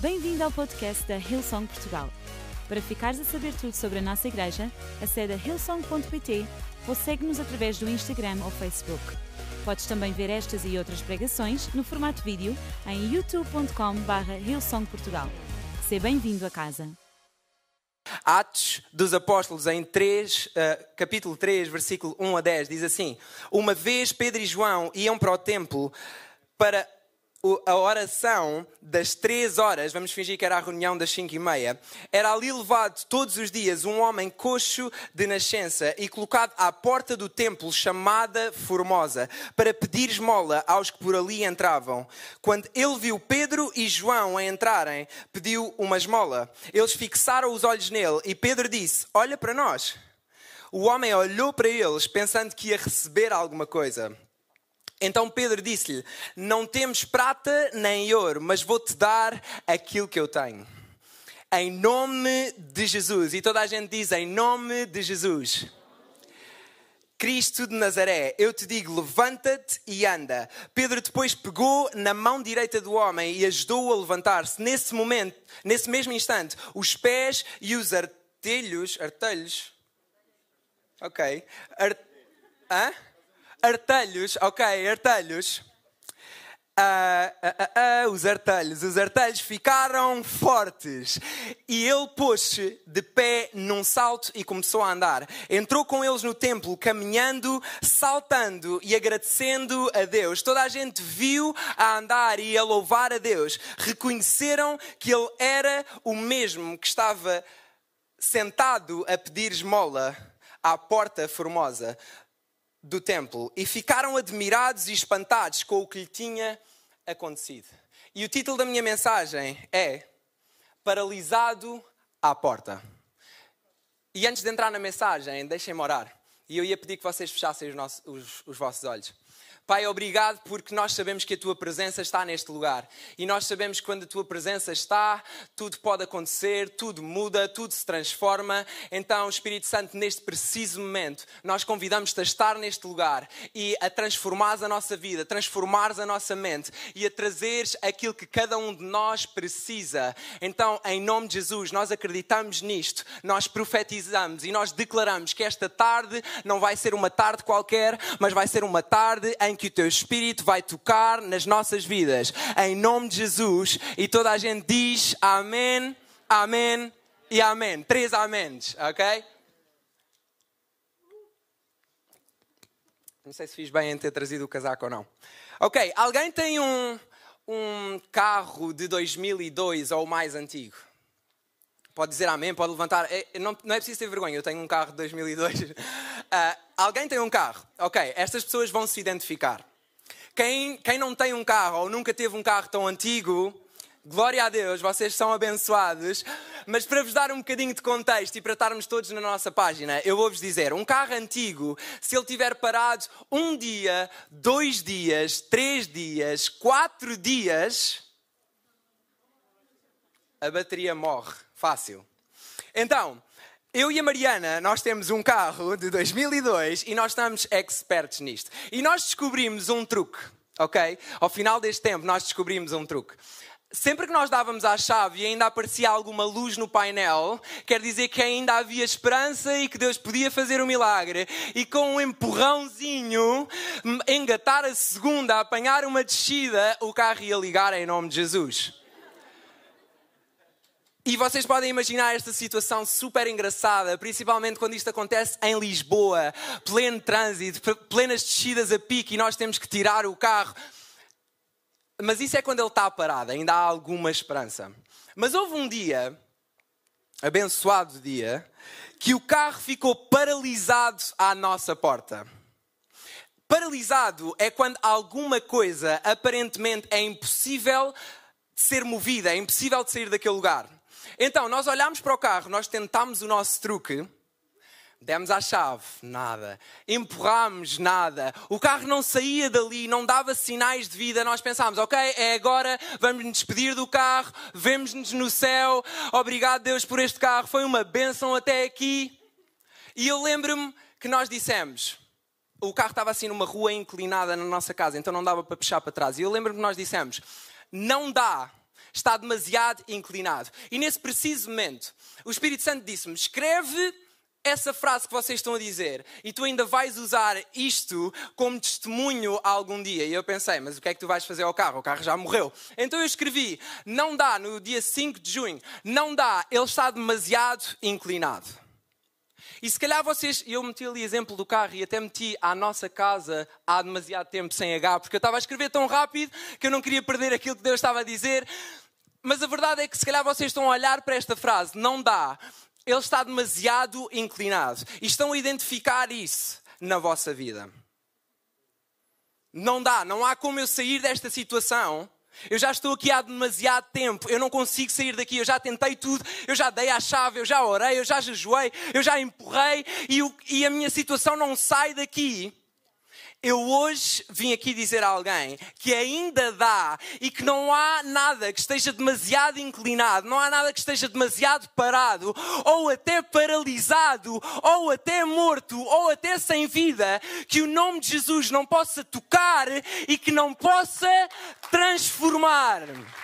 Bem-vindo ao podcast da Hillsong Portugal. Para ficares a saber tudo sobre a nossa igreja, acede a hillsong.pt ou segue-nos através do Instagram ou Facebook. Podes também ver estas e outras pregações no formato vídeo em youtube.com/hillsongportugal. Seja bem-vindo a casa. Atos dos Apóstolos, em capítulo 3, versículo 1 a 10, diz assim: Uma vez Pedro e João iam para o templo para a oração das 3 horas, vamos fingir que era a reunião das 5:30, era ali levado todos os dias um homem coxo de nascença e colocado à porta do templo chamada Formosa, para pedir esmola aos que por ali entravam. Quando ele viu Pedro e João a entrarem, pediu uma esmola. Eles fixaram os olhos nele e Pedro disse: Olha para nós. O homem olhou para eles pensando que ia receber alguma coisa. Então Pedro disse-lhe: Não temos prata nem ouro, mas vou-te dar aquilo que eu tenho. Em nome de Jesus. E toda a gente diz: em nome de Jesus. Cristo de Nazaré, eu te digo, levanta-te e anda. Pedro depois pegou na mão direita do homem e ajudou-o a levantar-se. Nesse mesmo instante, os pés e os artelhos, os artelhos ficaram fortes e ele pôs-se de pé num salto e começou a andar. Entrou com eles no templo, caminhando, saltando e agradecendo a Deus. Toda a gente viu a andar e a louvar a Deus. Reconheceram que ele era o mesmo que estava sentado a pedir esmola à porta formosa do templo, e ficaram admirados e espantados com o que lhe tinha acontecido. E o título da minha mensagem é Paralisado à Porta. E antes de entrar na mensagem, deixem-me orar. E eu ia pedir que vocês fechassem os vossos olhos. Pai, obrigado porque nós sabemos que a Tua presença está neste lugar. E nós sabemos que quando a Tua presença está, tudo pode acontecer, tudo muda, tudo se transforma. Então, Espírito Santo, neste preciso momento, nós convidamos-te a estar neste lugar e a transformares a nossa vida, transformares a nossa mente e a trazeres aquilo que cada um de nós precisa. Então, em nome de Jesus, nós acreditamos nisto, nós profetizamos e nós declaramos que esta tarde não vai ser uma tarde qualquer, mas vai ser uma tarde em que o Teu Espírito vai tocar nas nossas vidas. Em nome de Jesus. E toda a gente diz amém, amém e amém. 3 améns, ok? Não sei se fiz bem em ter trazido o casaco ou não. Ok, alguém tem um carro de 2002 ou mais antigo? Pode dizer amém, pode levantar. Não é preciso ter vergonha, eu tenho um carro de 2002. Alguém tem um carro? Ok, estas pessoas vão se identificar. Quem não tem um carro ou nunca teve um carro tão antigo, glória a Deus, vocês são abençoados. Mas para vos dar um bocadinho de contexto e para estarmos todos na nossa página, eu vou-vos dizer, um carro antigo, se ele tiver parado 1 dia, 2 dias, 3 dias, 4 dias, a bateria morre. Fácil. Então, eu e a Mariana, nós temos um carro de 2002 e nós estamos expertos nisto. E nós descobrimos um truque, ok? Ao final deste tempo, nós descobrimos um truque. Sempre que nós dávamos à chave e ainda aparecia alguma luz no painel, quer dizer que ainda havia esperança e que Deus podia fazer um milagre. E com um empurrãozinho, engatar a segunda, apanhar uma descida, o carro ia ligar em nome de Jesus. E vocês podem imaginar esta situação super engraçada, principalmente quando isto acontece em Lisboa, pleno trânsito, plenas descidas a pique e nós temos que tirar o carro. Mas isso é quando ele está parado, ainda há alguma esperança. Mas houve um dia, abençoado dia, que o carro ficou paralisado à nossa porta. Paralisado é quando alguma coisa aparentemente é impossível de ser movida, é impossível de sair daquele lugar. Então, nós olhámos para o carro, nós tentámos o nosso truque, demos à chave, nada. Empurrámos, nada. O carro não saía dali, não dava sinais de vida. Nós pensámos, ok, é agora, vamos nos despedir do carro, vemos-nos no céu. Obrigado, Deus, por este carro, foi uma bênção até aqui. E eu lembro-me que nós dissemos, o carro estava assim numa rua inclinada na nossa casa, então não dava para puxar para trás. E eu lembro-me que nós dissemos, não dá. está demasiado inclinado. E nesse preciso momento, o Espírito Santo disse-me, escreve essa frase que vocês estão a dizer e tu ainda vais usar isto como testemunho algum dia. E eu pensei, mas o que é que tu vais fazer ao carro? O carro já morreu. Então eu escrevi, não dá, no dia 5 de junho, não dá, ele está demasiado inclinado. E se calhar vocês, eu meti ali exemplo do carro e até meti à nossa casa há demasiado tempo sem H, porque eu estava a escrever tão rápido que eu não queria perder aquilo que Deus estava a dizer. Mas a verdade é que se calhar vocês estão a olhar para esta frase, não dá, ele está demasiado inclinado. E estão a identificar isso na vossa vida. Não dá, não há como eu sair desta situação. Eu já estou aqui há demasiado tempo, eu não consigo sair daqui, eu já tentei tudo, eu já dei a chave, eu já orei, eu já jejuei, eu já empurrei e a minha situação não sai daqui. Eu hoje vim aqui dizer a alguém que ainda dá e que não há nada que esteja demasiado inclinado, não há nada que esteja demasiado parado, ou até paralisado, ou até morto, ou até sem vida, que o nome de Jesus não possa tocar e que não possa transformar.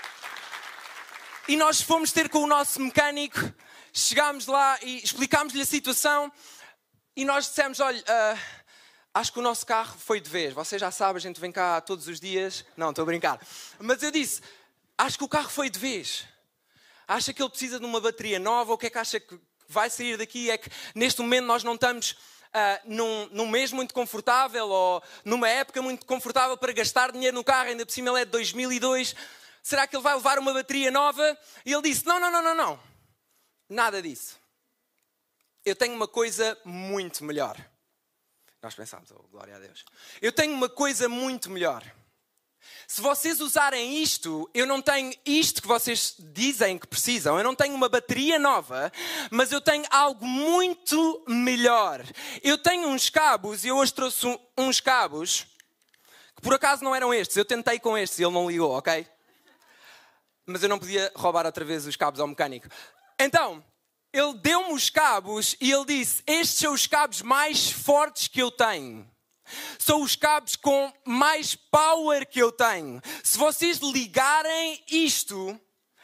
E nós fomos ter com o nosso mecânico, chegámos lá e explicámos-lhe a situação e nós dissemos, olha... acho que o nosso carro foi de vez. Vocês já sabem, a gente vem cá todos os dias. Não, estou a brincar. Mas eu disse, acho que o carro foi de vez. Acha que ele precisa de uma bateria nova? O que é que acha que vai sair daqui? É que neste momento nós não estamos num mês muito confortável ou numa época muito confortável para gastar dinheiro no carro. Ainda por cima ele é de 2002. Será que ele vai levar uma bateria nova? E ele disse, não. Nada disso. Eu tenho uma coisa muito melhor. Nós pensámos, oh, glória a Deus. Eu tenho uma coisa muito melhor. Se vocês usarem isto, eu não tenho isto que vocês dizem que precisam. Eu não tenho uma bateria nova, mas eu tenho algo muito melhor. Eu tenho uns cabos, e eu hoje trouxe uns cabos, que por acaso não eram estes. Eu tentei com estes e ele não ligou, ok? Mas eu não podia roubar outra vez os cabos ao mecânico. Então... ele deu-me os cabos e ele disse, estes são os cabos mais fortes que eu tenho. São os cabos com mais power que eu tenho. Se vocês ligarem isto...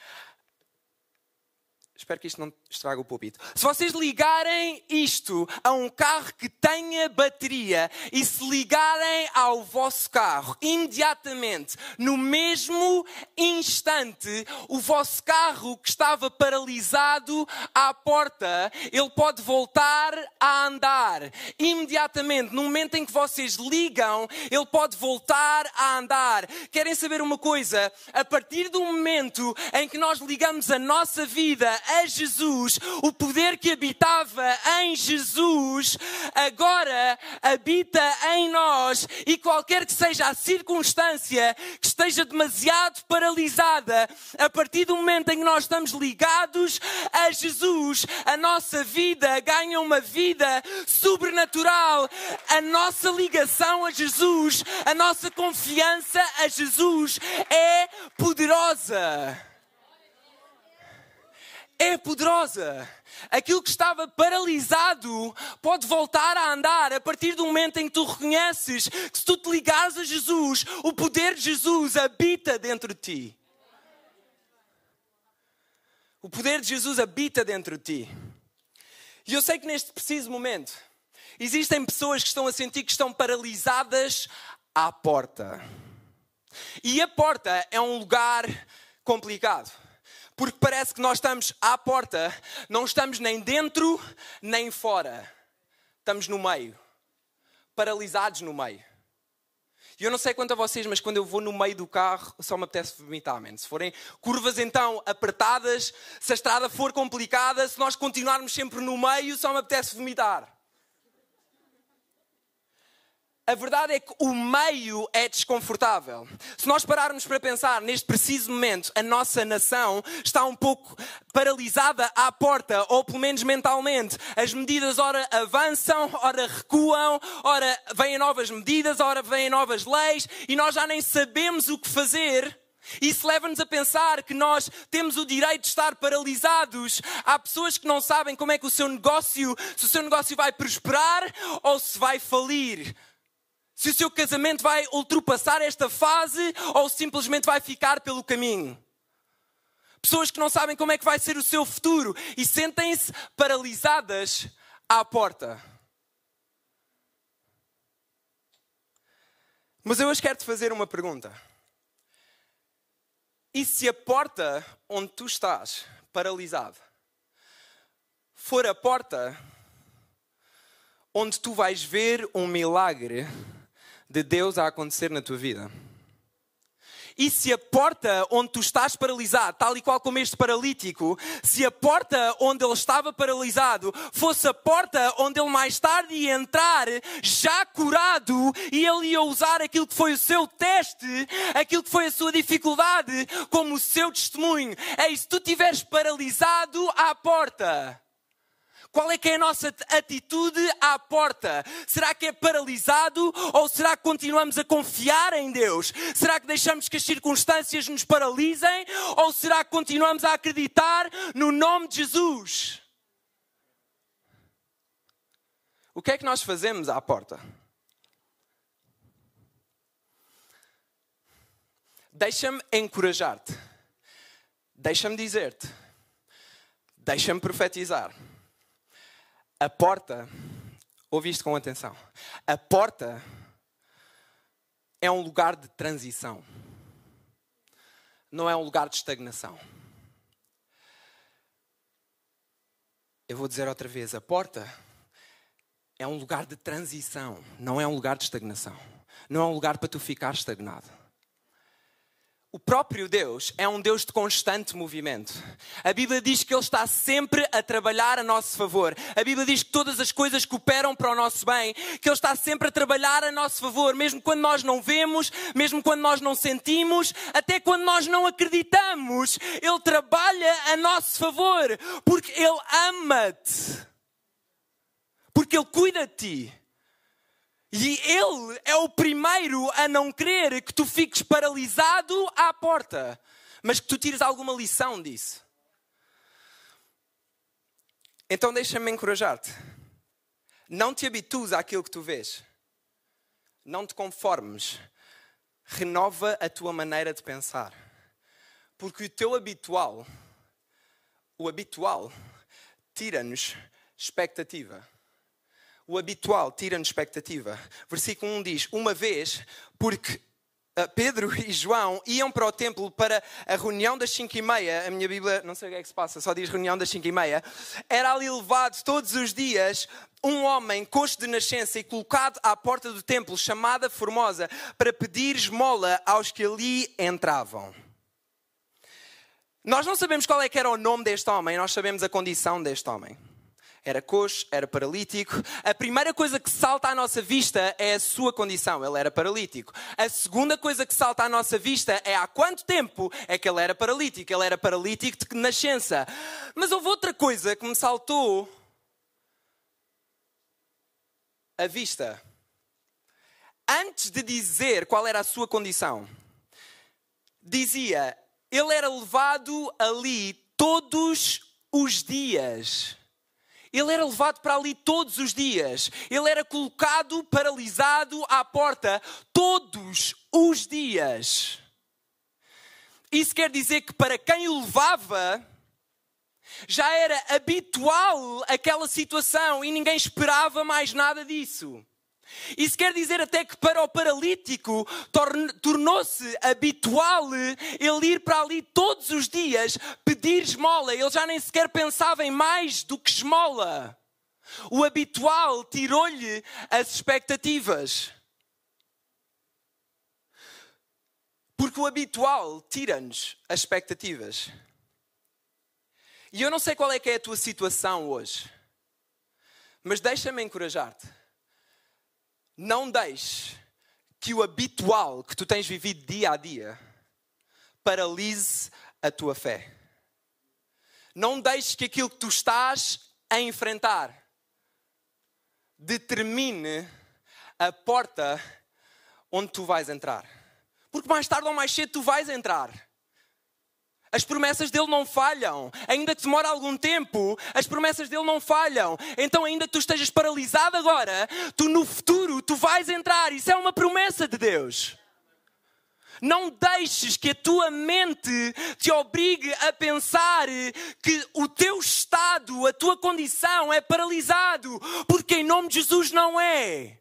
espero que isto não estrague o púlpito. Se vocês ligarem isto a um carro que tenha bateria e se ligarem ao vosso carro, imediatamente, no mesmo instante, o vosso carro que estava paralisado à porta, ele pode voltar a andar. Imediatamente, no momento em que vocês ligam, ele pode voltar a andar. Querem saber uma coisa? A partir do momento em que nós ligamos a nossa vida a Jesus, o poder que habitava em Jesus, agora habita em nós e qualquer que seja a circunstância que esteja demasiado paralisada, a partir do momento em que nós estamos ligados a Jesus, a nossa vida ganha uma vida sobrenatural. A nossa ligação a Jesus, a nossa confiança a Jesus é poderosa. É poderosa. Aquilo que estava paralisado pode voltar a andar a partir do momento em que tu reconheces que se tu te ligares a Jesus, o poder de Jesus habita dentro de ti. O poder de Jesus habita dentro de ti. E eu sei que neste preciso momento existem pessoas que estão a sentir que estão paralisadas à porta. E a porta é um lugar complicado. Porque parece que nós estamos à porta, não estamos nem dentro, nem fora. Estamos no meio. Paralisados no meio. E eu não sei quanto a vocês, mas quando eu vou no meio do carro, só me apetece vomitar, man. Se forem curvas então apertadas, se a estrada for complicada, se nós continuarmos sempre no meio, só me apetece vomitar. A verdade é que o meio é desconfortável. Se nós pararmos para pensar, neste preciso momento, a nossa nação está um pouco paralisada à porta, ou pelo menos mentalmente. As medidas ora avançam, ora recuam, ora vêm novas medidas, ora vêm novas leis, e nós já nem sabemos o que fazer. Isso leva-nos a pensar que nós temos o direito de estar paralisados. Há pessoas que não sabem como é que se o seu negócio vai prosperar ou se vai falir. Se o seu casamento vai ultrapassar esta fase ou simplesmente vai ficar pelo caminho. pessoas que não sabem como é que vai ser o seu futuro e sentem-se paralisadas à porta. Mas eu hoje quero te fazer uma pergunta. E se a porta onde tu estás, paralisado, for a porta onde tu vais ver um milagre de Deus a acontecer na tua vida? E se a porta onde tu estás paralisado, tal e qual como este paralítico, se a porta onde ele estava paralisado fosse a porta onde ele mais tarde ia entrar, já curado, e ele ia usar aquilo que foi o seu teste, aquilo que foi a sua dificuldade, como o seu testemunho. Ei, se tu estiveres paralisado à porta, qual é que é a nossa atitude à porta? Será que é paralisado ou será que continuamos a confiar em Deus? Será que deixamos que as circunstâncias nos paralisem ou será que continuamos a acreditar no nome de Jesus? O que é que nós fazemos à porta? Deixa-me encorajar-te. Deixa-me dizer-te. Deixa-me profetizar. A porta, ouve isto com atenção, a porta é um lugar de transição, não é um lugar de estagnação. Eu vou dizer outra vez, a porta é um lugar de transição, não é um lugar de estagnação, não é um lugar para tu ficar estagnado. O próprio Deus é um Deus de constante movimento. A Bíblia diz que Ele está sempre a trabalhar a nosso favor. A Bíblia diz que todas as coisas cooperam para o nosso bem, que Ele está sempre a trabalhar a nosso favor, mesmo quando nós não vemos, mesmo quando nós não sentimos, até quando nós não acreditamos. Ele trabalha a nosso favor, porque Ele ama-te, porque Ele cuida de ti. E Ele é o primeiro a não querer que tu fiques paralisado à porta, mas que tu tires alguma lição disso. Então deixa-me encorajar-te. Não te habitues àquilo que tu vês. Não te conformes. Renova a tua maneira de pensar. Porque o teu habitual, tira-nos expectativa. O habitual tira-nos expectativa. Versículo 1 diz, uma vez, porque Pedro e João iam para o templo para a reunião das 5:30. A minha Bíblia, não sei o que é que se passa, só diz reunião das 5:30. Era ali levado todos os dias um homem coxo de nascença e colocado à porta do templo, chamada Formosa, para pedir esmola aos que ali entravam. Nós não sabemos qual é que era o nome deste homem, nós sabemos a condição deste homem. Era coxo, era paralítico. A primeira coisa que salta à nossa vista é a sua condição. Ele era paralítico. A segunda coisa que salta à nossa vista é há quanto tempo é que ele era paralítico. Ele era paralítico de nascença. Mas houve outra coisa que me saltou à vista. Antes de dizer qual era a sua condição, dizia, ele era levado ali todos os dias. Ele era levado para ali todos os dias. Ele era colocado, paralisado à porta todos os dias. Isso quer dizer que para quem o levava, já era habitual aquela situação e ninguém esperava mais nada disso. Isso quer dizer até que para o paralítico tornou-se habitual ele ir para ali todos os dias pedir esmola. Ele já nem sequer pensava em mais do que esmola. O habitual tirou-lhe as expectativas. Porque o habitual tira-nos as expectativas. E eu não sei qual é que é a tua situação hoje, mas deixa-me encorajar-te. Não deixes que o habitual que tu tens vivido dia a dia paralise a tua fé. Não deixes que aquilo que tu estás a enfrentar determine a porta onde tu vais entrar. Porque mais tarde ou mais cedo tu vais entrar. As promessas dele não falham. Ainda que demore algum tempo, as promessas dele não falham. Então ainda que tu estejas paralisado agora, tu no futuro tu vais entrar. Isso é uma promessa de Deus. Não deixes que a tua mente te obrigue a pensar que o teu estado, a tua condição é paralisado, porque em nome de Jesus não é.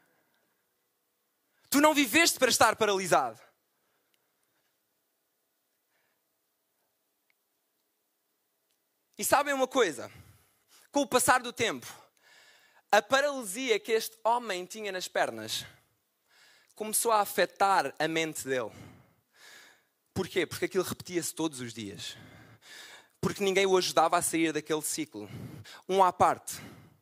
Tu não viveste para estar paralisado. E sabem uma coisa? Com o passar do tempo, a paralisia que este homem tinha nas pernas começou a afetar a mente dele. Porquê? Porque aquilo repetia-se todos os dias. Porque ninguém o ajudava a sair daquele ciclo. Um à parte.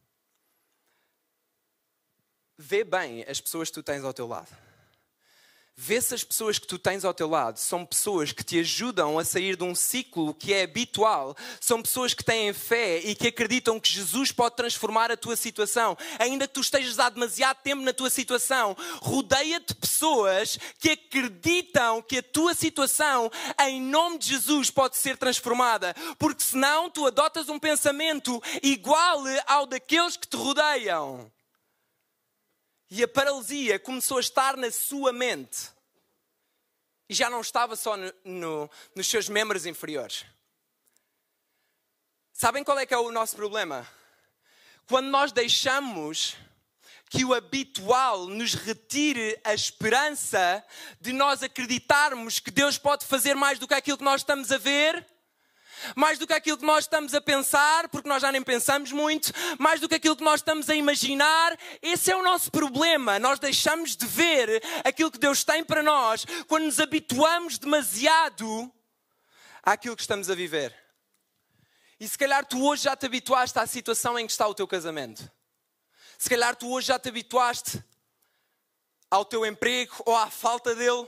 Vê bem as pessoas que tu tens ao teu lado. Vê se as pessoas que tu tens ao teu lado são pessoas que te ajudam a sair de um ciclo que é habitual. São pessoas que têm fé e que acreditam que Jesus pode transformar a tua situação. Ainda que tu estejas há demasiado tempo na tua situação, rodeia-te de pessoas que acreditam que a tua situação, em nome de Jesus, pode ser transformada. Porque senão tu adotas um pensamento igual ao daqueles que te rodeiam. E a paralisia começou a estar na sua mente. E já não estava só nos seus membros inferiores. Sabem qual é que é o nosso problema? Quando nós deixamos que o habitual nos retire a esperança de nós acreditarmos que Deus pode fazer mais do que aquilo que nós estamos a ver, mais do que aquilo que nós estamos a pensar, porque nós já nem pensamos muito, mais do que aquilo que nós estamos a imaginar. Esse é o nosso problema. Nós deixamos de ver aquilo que Deus tem para nós quando nos habituamos demasiado àquilo que estamos a viver. E se calhar tu hoje já te habituaste à situação em que está o teu casamento. Se calhar tu hoje já te habituaste ao teu emprego ou à falta dele.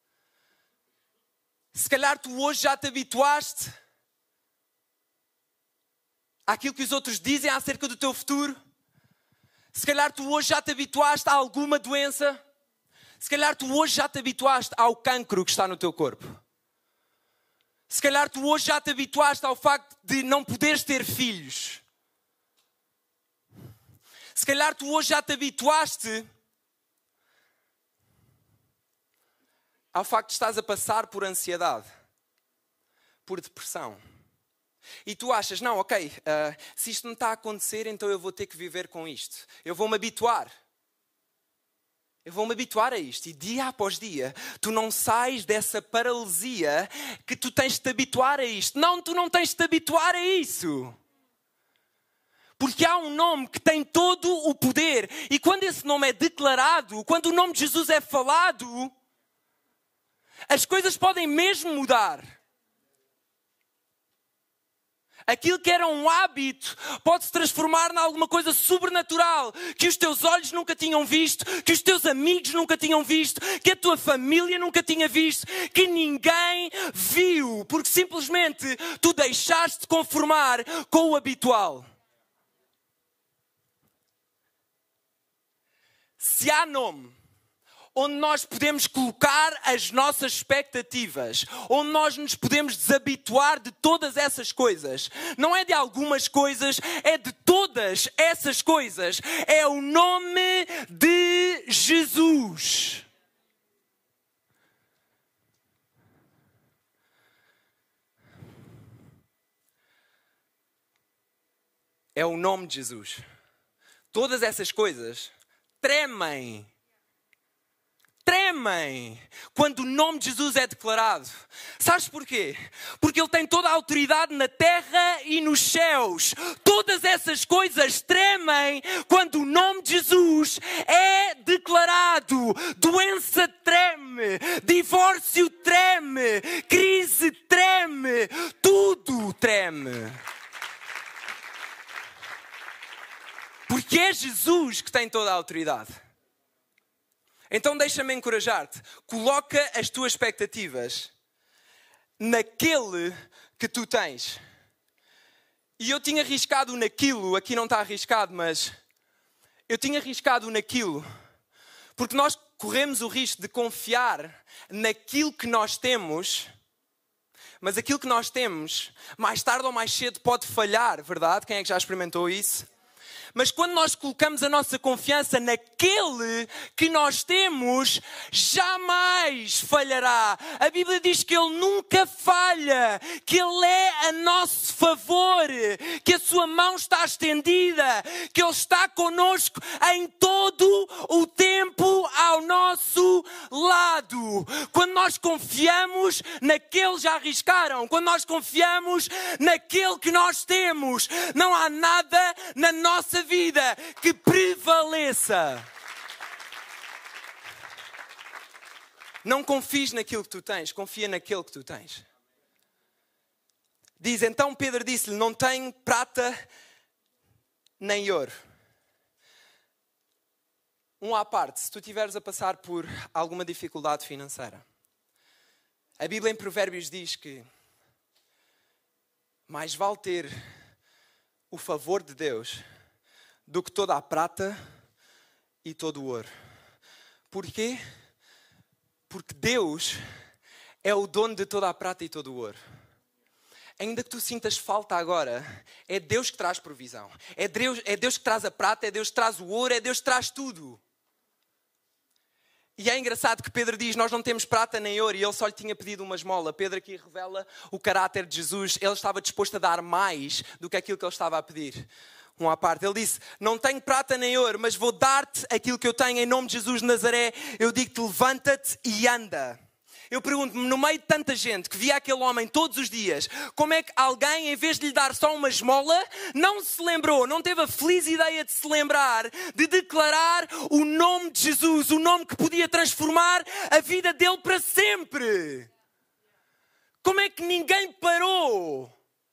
Se calhar tu hoje já te habituaste àquilo que os outros dizem acerca do teu futuro. Se calhar tu hoje já te habituaste a alguma doença. Se calhar tu hoje já te habituaste ao cancro que está no teu corpo. Se calhar tu hoje já te habituaste ao facto de não poderes ter filhos. Se calhar tu hoje já te habituaste ao facto de estás a passar por ansiedade, por depressão. E tu achas, não, ok, se isto não está a acontecer, então eu vou ter que viver com isto. Eu vou-me habituar. Eu vou-me habituar a isto. E dia após dia, tu não sais dessa paralisia que tu tens de te habituar a isto. Não, tu não tens de te habituar a isso. Porque há um nome que tem todo o poder. E quando esse nome é declarado, quando o nome de Jesus é falado, as coisas podem mesmo mudar. Aquilo que era um hábito pode se transformar em alguma coisa sobrenatural que os teus olhos nunca tinham visto, que os teus amigos nunca tinham visto, que a tua família nunca tinha visto, que ninguém viu, porque simplesmente tu deixaste de conformar com o habitual. Se há nome onde nós podemos colocar as nossas expectativas, onde nós nos podemos desabituar de todas essas coisas. Não é de algumas coisas, é de todas essas coisas. É o nome de Jesus. É o nome de Jesus. Todas essas coisas tremem quando o nome de Jesus é declarado. Sabes porquê? Porque Ele tem toda a autoridade na terra e nos céus. Todas essas coisas tremem quando o nome de Jesus é declarado. Doença treme, divórcio treme, crise treme, tudo treme. Porque é Jesus que tem toda a autoridade. Então deixa-me encorajar-te. Coloca as tuas expectativas naquele que tu tens. E eu tinha arriscado naquilo, aqui não está arriscado, mas eu tinha arriscado naquilo, porque nós corremos o risco de confiar naquilo que nós temos, mas aquilo que nós temos, mais tarde ou mais cedo, pode falhar, verdade? Quem é que já experimentou isso? Mas quando nós colocamos a nossa confiança naquele que nós temos, jamais falhará. A Bíblia diz que Ele nunca falha, que Ele é a nosso favor, que a sua mão está estendida, que Ele está conosco em todo o tempo ao nosso lado. Quando nós confiamos naquele já arriscaram, quando nós confiamos naquele que nós temos, não há nada na nossa vida que prevaleça. Não confies naquilo que tu tens, confia naquele que tu tens. Diz, então Pedro disse-lhe, não tenho prata nem ouro. À parte, se tu estiveres a passar por alguma dificuldade financeira, a Bíblia em Provérbios diz que mais vale ter o favor de Deus do que toda a prata e todo o ouro. Porquê? Porque Deus é o dono de toda a prata e todo o ouro. Ainda que tu sintas falta agora, é Deus que traz provisão. É Deus que traz a prata, é Deus que traz o ouro, é Deus que traz tudo. E é engraçado que Pedro diz, nós não temos prata nem ouro, e ele só lhe tinha pedido uma esmola. Pedro aqui revela o caráter de Jesus. Ele estava disposto a dar mais do que aquilo que ele estava a pedir. À parte, ele disse, não tenho prata nem ouro, mas vou dar-te aquilo que eu tenho em nome de Jesus de Nazaré. Eu digo-te, levanta-te e anda. Eu pergunto-me, no meio de tanta gente que via aquele homem todos os dias, como é que alguém, em vez de lhe dar só uma esmola, não se lembrou, não teve a feliz ideia de se lembrar, de declarar o nome de Jesus, o nome que podia transformar a vida dele para sempre? Como é que ninguém parou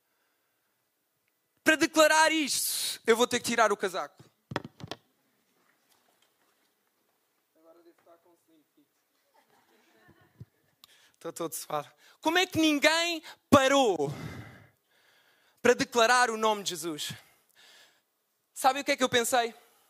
para declarar isto? Eu vou ter que tirar o casaco. Estou todo suado. Como é que ninguém parou para declarar o nome de Jesus? Sabe o que é que eu pensei?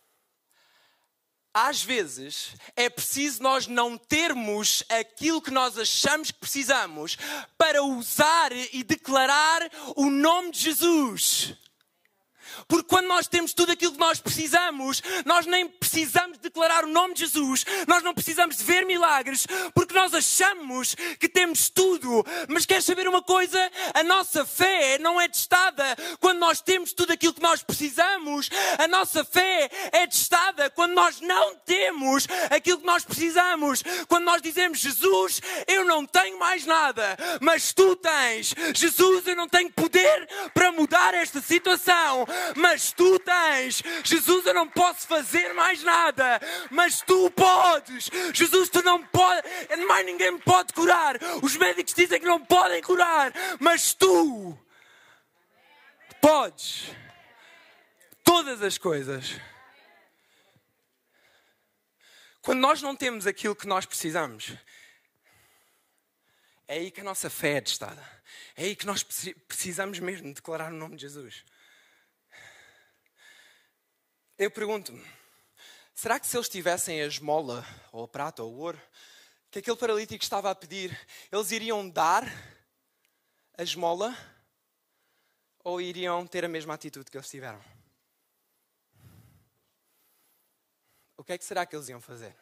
Às vezes é preciso nós não termos aquilo que nós achamos que precisamos para usar e declarar o nome de Jesus. Porque quando nós temos tudo aquilo que nós precisamos, nós nem precisamos declarar o nome de Jesus, nós não precisamos de ver milagres, porque nós achamos que temos tudo. Mas queres saber uma coisa? A nossa fé não é testada quando nós temos tudo aquilo que nós precisamos. A nossa fé é testada quando nós não temos aquilo que nós precisamos. Quando nós dizemos, Jesus, eu não tenho mais nada, mas tu tens. Jesus, eu não tenho poder para mudar esta situação, mas tu tens. Jesus, eu não posso fazer mais nada, mas tu podes. Jesus, tu não podes, mais ninguém me pode curar. Os médicos dizem que não podem curar, mas tu podes todas as coisas. Quando nós não temos aquilo que nós precisamos, é aí que a nossa fé é testada. É aí que nós precisamos mesmo declarar o nome de Jesus. Eu pergunto-me, será que se eles tivessem a esmola, ou a prata, ou o ouro, que aquele paralítico estava a pedir, eles iriam dar a esmola, ou iriam ter a mesma atitude que eles tiveram? O que é que será que eles iam fazer?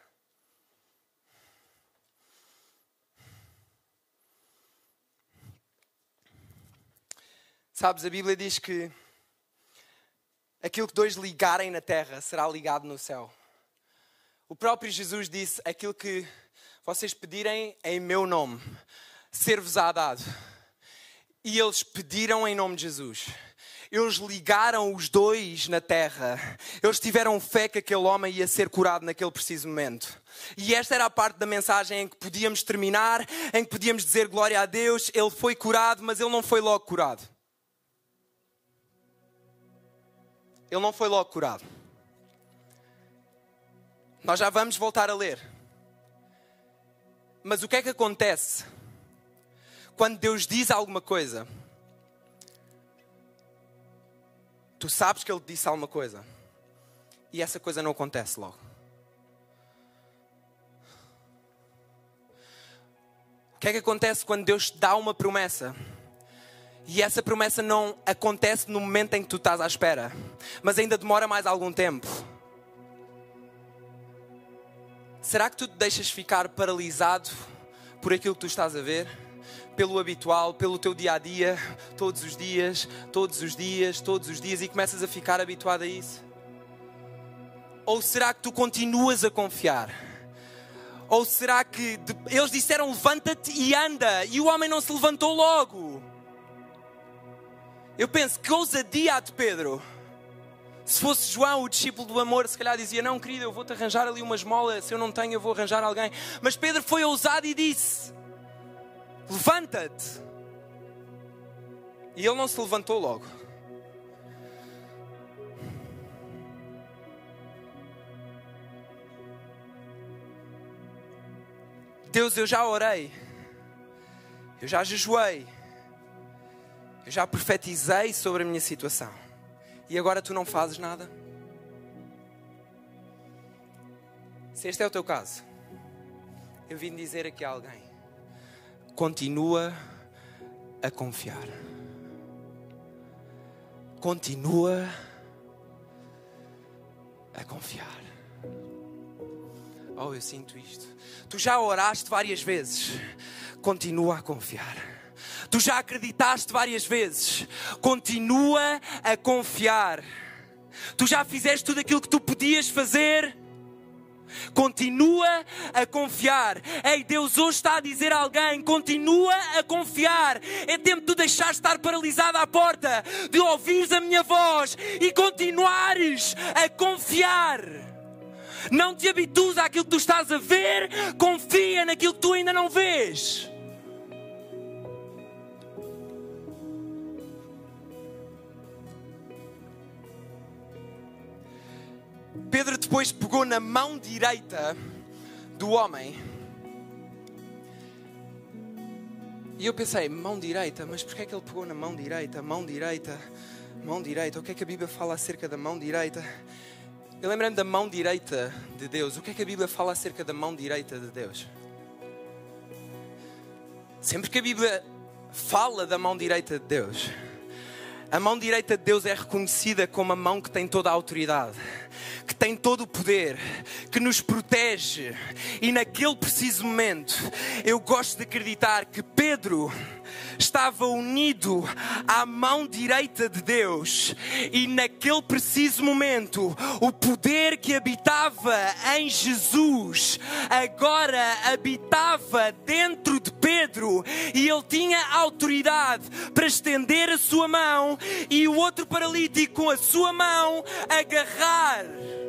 Sabes, a Bíblia diz que aquilo que dois ligarem na terra será ligado no céu. O próprio Jesus disse, aquilo que vocês pedirem em meu nome, ser-vos-á dado. E eles pediram em nome de Jesus. Eles ligaram os dois na terra. Eles tiveram fé que aquele homem ia ser curado naquele preciso momento. E esta era a parte da mensagem em que podíamos terminar, em que podíamos dizer glória a Deus, ele foi curado, mas ele não foi logo curado. Ele não foi logo curado. Nós já vamos voltar a ler. Mas o que é que acontece quando Deus diz alguma coisa? Tu sabes que Ele disse alguma coisa e essa coisa não acontece logo. O que é que acontece quando Deus te dá uma promessa E essa promessa não acontece no momento em que tu estás à espera, mas ainda demora mais algum tempo. Será que tu te deixas ficar paralisado por aquilo que tu estás a ver? Pelo habitual, pelo teu dia-a-dia, todos os dias, e começas a ficar habituado a isso? Ou será que tu continuas a confiar? Ou será que eles disseram levanta-te e anda, e o homem não se levantou logo? Eu penso, que ousadia de Pedro. Se fosse João, o discípulo do amor, se calhar dizia, não querido, eu vou-te arranjar ali uma esmola, se eu não tenho eu vou arranjar alguém. Mas Pedro foi ousado e disse, levanta-te. E ele não se levantou logo. Deus, eu já orei, eu já jejuei, eu já profetizei sobre a minha situação. E agora tu não fazes nada? Se este é o teu caso, eu vim dizer aqui a alguém, continua a confiar. Continua a confiar. Oh, eu sinto isto. Tu já oraste várias vezes. Continua a confiar. Tu já acreditaste várias vezes. Continua a confiar. Tu já fizeste tudo aquilo que tu podias fazer. Continua a confiar. Ei, Deus hoje está a dizer a alguém, continua a confiar. É tempo de tu deixares de estar paralisado à porta, de ouvires a minha voz e continuares a confiar. Não te habitues àquilo que tu estás a ver, confia naquilo que tu ainda não vês. Pedro depois pegou na mão direita do homem. E eu pensei, mão direita? Mas porquê é que ele pegou na mão direita? Mão direita, mão direita. O que é que a Bíblia fala acerca da mão direita? Eu lembrei-me da mão direita de Deus. O que é que a Bíblia fala acerca da mão direita de Deus? Sempre que a Bíblia fala da mão direita de Deus, a mão direita de Deus é reconhecida como a mão que tem toda a autoridade, que tem todo o poder, que nos protege. E naquele preciso momento, eu gosto de acreditar que Pedro estava unido à mão direita de Deus. E naquele preciso momento, o poder que habitava em Jesus agora habitava dentro de Pedro. E ele tinha autoridade para estender a sua mão e o outro paralítico com a sua mão agarrar.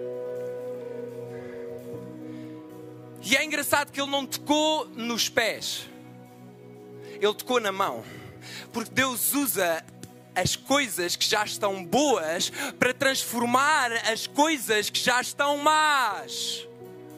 E é engraçado que ele não tocou nos pés. Ele tocou na mão. Porque Deus usa as coisas que já estão boas para transformar as coisas que já estão más.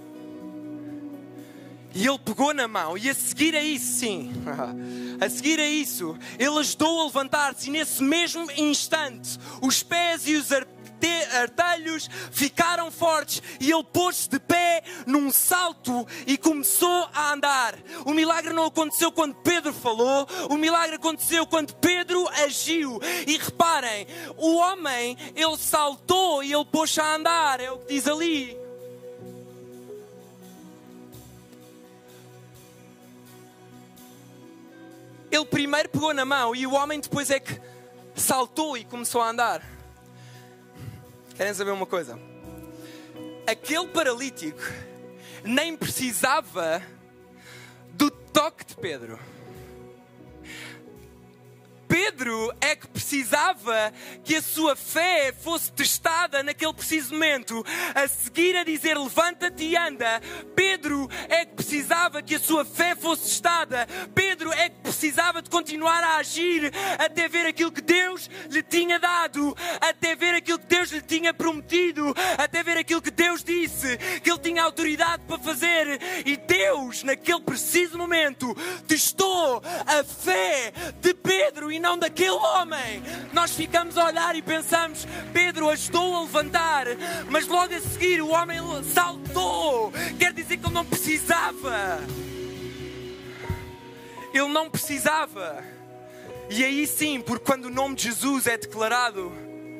E ele pegou na mão. E a seguir a isso, sim, a seguir a isso, ele ajudou a levantar-se. E nesse mesmo instante, os pés e os artelhos ficaram fortes e ele pôs-se de pé num salto e começou a andar. O milagre não aconteceu quando Pedro falou, o milagre aconteceu quando Pedro agiu. E reparem, o homem, ele saltou e ele pôs-se a andar, é o que diz ali. Ele primeiro pegou na mão e o homem depois é que saltou e começou a andar. Querem saber uma coisa? Aquele paralítico nem precisava do toque de Pedro. Pedro é que precisava que a sua fé fosse testada naquele preciso momento. A seguir a dizer levanta-te e anda, Pedro é que precisava que a sua fé fosse testada. Pedro é que precisava de continuar a agir até ver aquilo que Deus lhe tinha dado, até ver aquilo que Deus lhe tinha prometido, até ver aquilo que Deus disse que ele tinha autoridade para fazer. E Deus, naquele preciso momento, testou a fé de Pedro e não daquele homem. Nós ficamos a olhar e pensamos, Pedro ajudou a levantar, mas logo a seguir o homem saltou. Quer dizer que ele não precisava. Ele não precisava. E aí sim, porque quando o nome de Jesus é declarado,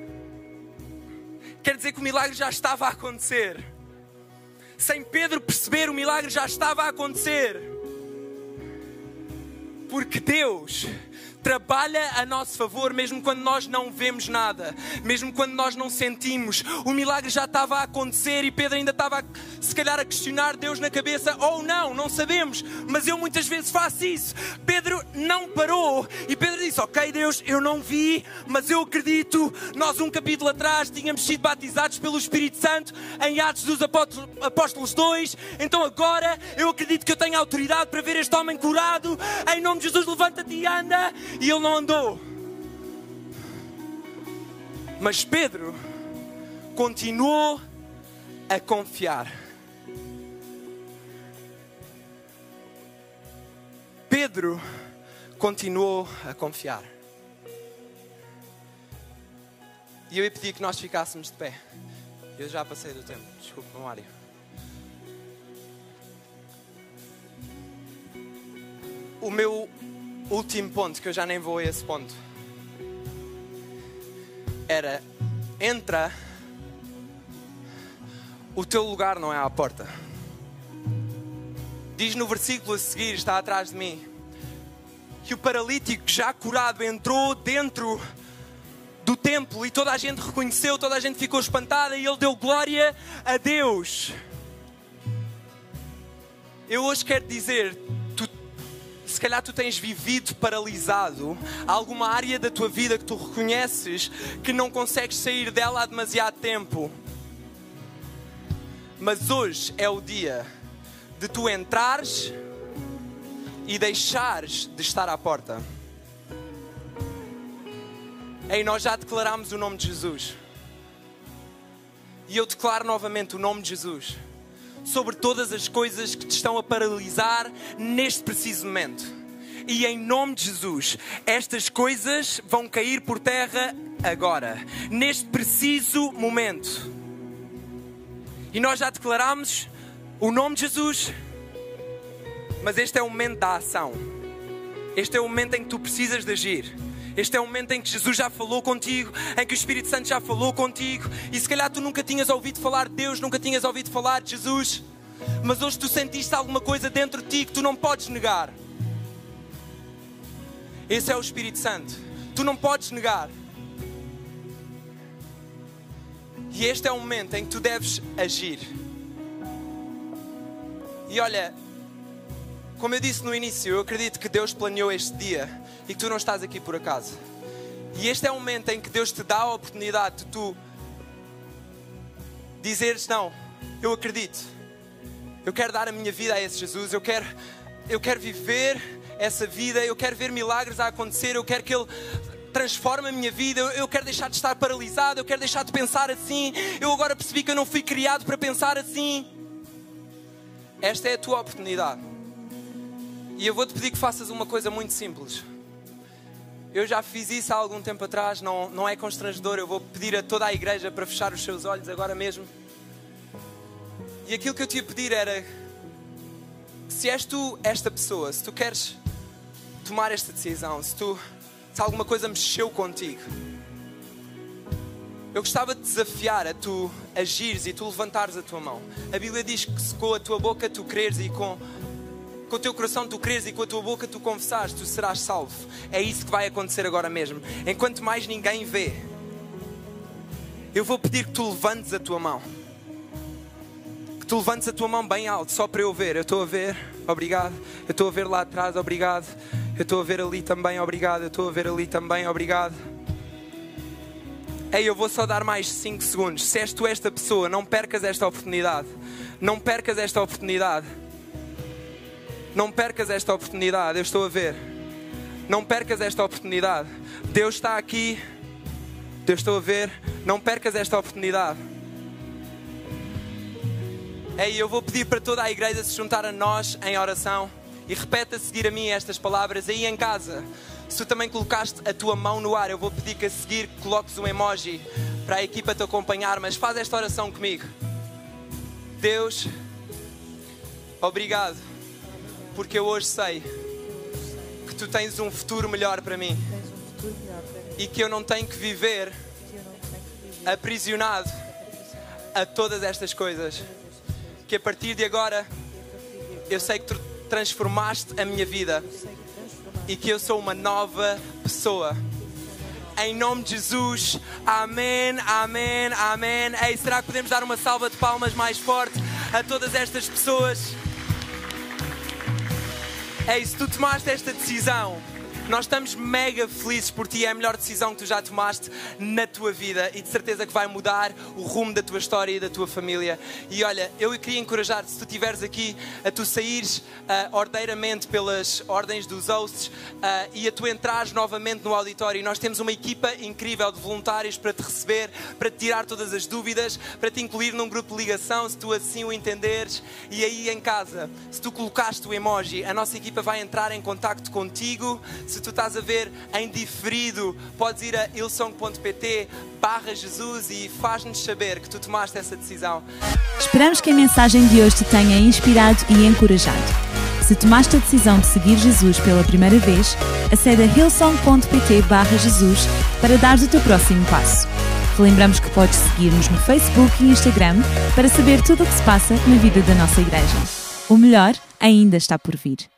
quer dizer que o milagre já estava a acontecer. Sem Pedro perceber, o milagre já estava a acontecer. Porque Deus trabalha a nosso favor, mesmo quando nós não vemos nada, mesmo quando nós não sentimos. O milagre já estava a acontecer e Pedro ainda estava, se calhar, a questionar Deus na cabeça, ou não sabemos, mas eu muitas vezes faço isso. Pedro não parou e Pedro disse, ok Deus, eu não vi, mas eu acredito. Nós um capítulo atrás tínhamos sido batizados pelo Espírito Santo em Atos dos Apóstolos 2, então agora eu acredito que eu tenho autoridade para ver este homem curado. Em nome de Jesus, levanta-te e anda. E ele não andou. Mas Pedro continuou a confiar. Pedro continuou a confiar. E eu ia pedir que nós ficássemos de pé. Eu já passei do tempo. Desculpa, Mário. O meu último ponto, que eu já nem vou a esse ponto, era: entra, o teu lugar não é à porta. Diz no versículo a seguir, está atrás de mim, que o paralítico já curado entrou dentro do templo e toda a gente reconheceu, toda a gente ficou espantada e ele deu glória a Deus. Eu hoje quero dizer, se calhar tu tens vivido paralisado, alguma área da tua vida que tu reconheces que não consegues sair dela há demasiado tempo. Mas hoje é o dia de tu entrares e deixares de estar à porta. Ei, nós já declarámos o nome de Jesus. E eu declaro novamente o nome de Jesus sobre todas as coisas que te estão a paralisar neste preciso momento. E em nome de Jesus, estas coisas vão cair por terra agora, neste preciso momento. E nós já declaramos o nome de Jesus, mas este é o momento da ação. Este é o momento em que tu precisas de agir. Este é o momento em que Jesus já falou contigo, em que o Espírito Santo já falou contigo. E se calhar tu nunca tinhas ouvido falar de Deus, nunca tinhas ouvido falar de Jesus. Mas hoje tu sentiste alguma coisa dentro de ti que tu não podes negar. Esse é o Espírito Santo. Tu não podes negar. E este é o momento em que tu deves agir. E olha, como eu disse no início, eu acredito que Deus planeou este dia e que tu não estás aqui por acaso. E este é o momento em que Deus te dá a oportunidade de tu dizeres: não, eu acredito, eu quero dar a minha vida a esse Jesus, eu quero viver essa vida, eu quero ver milagres a acontecer, eu quero que Ele transforme a minha vida, eu quero deixar de estar paralisado, eu quero deixar de pensar assim, eu agora percebi que eu não fui criado para pensar assim. Esta é a tua oportunidade. E eu vou-te pedir que faças uma coisa muito simples. Eu já fiz isso há algum tempo atrás, não é constrangedor. Eu vou pedir a toda a igreja para fechar os seus olhos agora mesmo. E aquilo que eu te ia pedir era: se és tu esta pessoa, se tu queres tomar esta decisão, se alguma coisa mexeu contigo, eu gostava de desafiar a tu agires e tu levantares a tua mão. A Bíblia diz que se com a tua boca tu creres e com o teu coração tu creres e com a tua boca tu confessares, tu serás salvo. É isso que vai acontecer agora mesmo. Enquanto mais ninguém vê, eu vou pedir que tu levantes a tua mão. Que tu levantes a tua mão bem alto, só para eu ver. Eu estou a ver, obrigado. Eu estou a ver lá atrás, obrigado. Eu estou a ver ali também, obrigado. Eu estou a ver ali também, obrigado. Ei, eu vou só dar mais 5 segundos. Se és tu esta pessoa, não percas esta oportunidade. Não percas esta oportunidade. Não percas esta oportunidade. Eu estou a ver. Não percas esta oportunidade. Deus está aqui. Eu estou a ver. Não percas esta oportunidade. Ei, eu vou pedir para toda a igreja se juntar a nós em oração. E repete a seguir a mim estas palavras aí em casa. Se tu também colocaste a tua mão no ar, eu vou pedir que a seguir coloques um emoji para a equipa te acompanhar. Mas faz esta oração comigo. Deus, obrigado, porque eu hoje sei que tu tens um futuro melhor para mim. e que eu não tenho que viver aprisionado a todas estas coisas. Que a partir de agora eu sei que tu transformaste a minha vida e que eu sou uma nova pessoa. Em nome de Jesus, amém, amém, amém. Ei, será que podemos dar uma salva de palmas mais forte a todas estas pessoas? Ei, se tu tomaste esta decisão, nós estamos mega felizes por ti. É a melhor decisão que tu já tomaste na tua vida e de certeza que vai mudar o rumo da tua história e da tua família. E olha, eu queria encorajar-te, se tu estiveres aqui, a tu saíres ordeiramente pelas ordens dos hosts e a tu entrares novamente no auditório. E nós temos uma equipa incrível de voluntários para te receber, para te tirar todas as dúvidas, para te incluir num grupo de ligação, se tu assim o entenderes. E aí em casa, se tu colocaste o emoji, a nossa equipa vai entrar em contacto contigo. Se tu estás a ver em diferido, podes ir a hillsong.pt/Jesus e faz-nos saber que tu tomaste essa decisão. Esperamos que a mensagem de hoje te tenha inspirado e encorajado. Se tomaste a decisão de seguir Jesus pela primeira vez, acede a hillsong.pt/Jesus para dares o teu próximo passo. Lembramos que podes seguir-nos no Facebook e Instagram para saber tudo o que se passa na vida da nossa igreja. O melhor ainda está por vir.